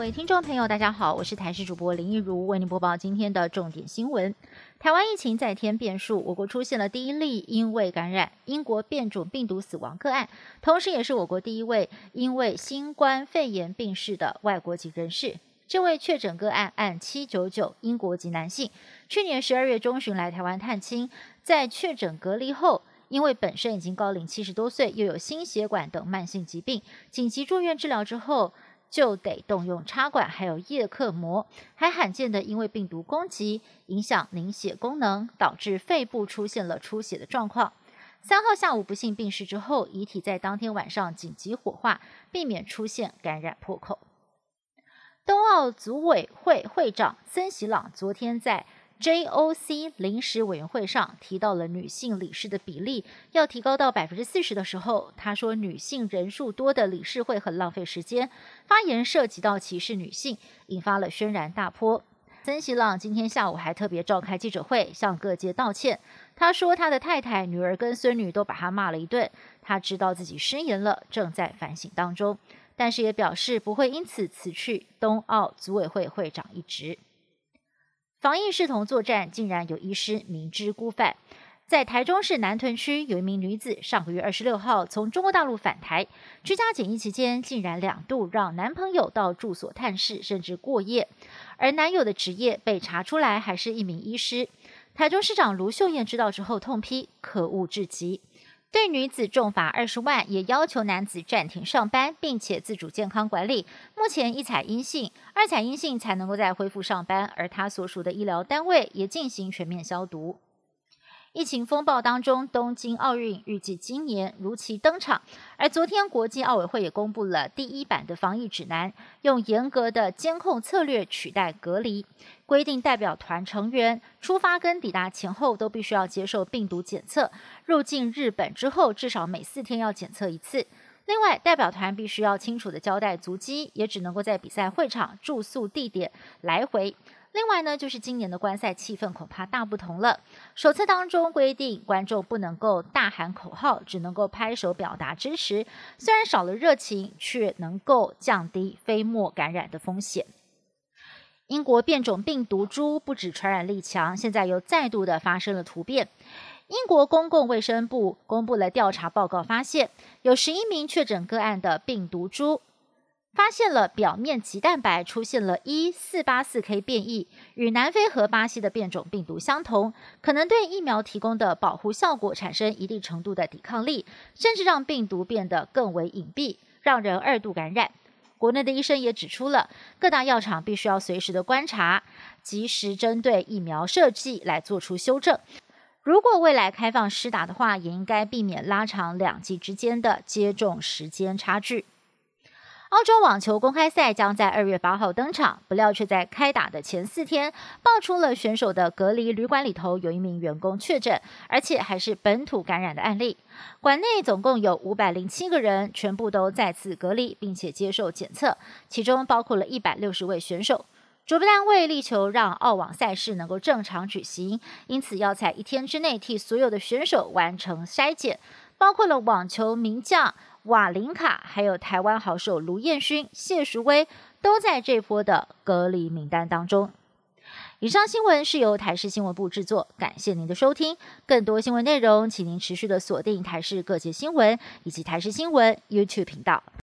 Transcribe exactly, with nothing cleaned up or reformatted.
位听众朋友，大家好，我是台视主播林一如，为您播报今天的重点新闻。台湾疫情再添变数，我国出现了第一例因为感染英国变种病毒死亡个案，同时也是我国第一位因为新冠肺炎病逝的外国籍人士。这位确诊个案按七九九英国籍男性，去年十二月中旬来台湾探亲，在确诊隔离后，因为本身已经高龄七十多岁，又有心血管等慢性疾病，紧急住院治疗之后，就得动用插管，还有叶克膜，还罕见的因为病毒攻击影响凝血功能，导致肺部出现了出血的状况。三号下午不幸病逝之后，遗体在当天晚上紧急火化，避免出现感染破口。冬奥组委会会长森喜朗昨天在 J O C 临时委员会上提到了女性理事的比例要提高到 百分之四十 的时候，他说女性人数多的理事会很浪费时间，发言涉及到歧视女性，引发了轩然大波。森喜朗今天下午还特别召开记者会，向各界道歉。他说他的太太、女儿跟孙女都把他骂了一顿，他知道自己失言了，正在反省当中，但是也表示不会因此辞去冬奥组委会会长一职。防疫视同作战，竟然有医师明知故犯。在台中市南屯区，有一名女子上个月二十六号从中国大陆返台，居家检疫期间，竟然两度让男朋友到住所探视，甚至过夜。而男友的职业被查出来还是一名医师。台中市长卢秀燕知道之后痛批，可恶至极。对女子重罚二十万，也要求男子暂停上班，并且自主健康管理。目前一采阴性，二采阴性才能够再恢复上班，而他所属的医疗单位也进行全面消毒。疫情风暴当中，东京奥运预计今年如期登场，而昨天国际奥委会也公布了第一版的防疫指南，用严格的监控策略取代隔离，规定代表团成员出发跟抵达前后都必须要接受病毒检测，入境日本之后至少每四天要检测一次。另外，代表团必须要清楚的交代足迹，也只能够在比赛会场、住宿地点来回。另外呢，就是今年的观赛气氛恐怕大不同了。手册当中规定，观众不能够大喊口号，只能够拍手表达支持。虽然少了热情，却能够降低飞沫感染的风险。英国变种病毒株不止传染力强，现在又再度的发生了突变。英国公共卫生部公布了调查报告，发现有十一名确诊个案的病毒株发现了表面棘蛋白出现了 一四八四 K 变异，与南非和巴西的变种病毒相同，可能对疫苗提供的保护效果产生一定程度的抵抗力，甚至让病毒变得更为隐蔽，让人二度感染。国内的医生也指出了，各大药厂必须要随时的观察，及时针对疫苗设计来做出修正。如果未来开放施打的话，也应该避免拉长两剂之间的接种时间差距。澳洲网球公开赛将在二月八号登场，不料却在开打的前四天爆出了选手的隔离旅馆里头有一名员工确诊，而且还是本土感染的案例。馆内总共有五百零七个人，全部都再次隔离，并且接受检测，其中包括了一百六十位选手。主办单位力求让澳网赛事能够正常举行，因此要在一天之内替所有的选手完成筛检，包括了网球名将瓦林卡，还有台湾好手卢彦勋、谢淑薇都在这波的隔离名单当中。以上新闻是由台视新闻部制作，感谢您的收听。更多新闻内容，请您持续的锁定台视各界新闻以及台视新闻 YouTube 频道。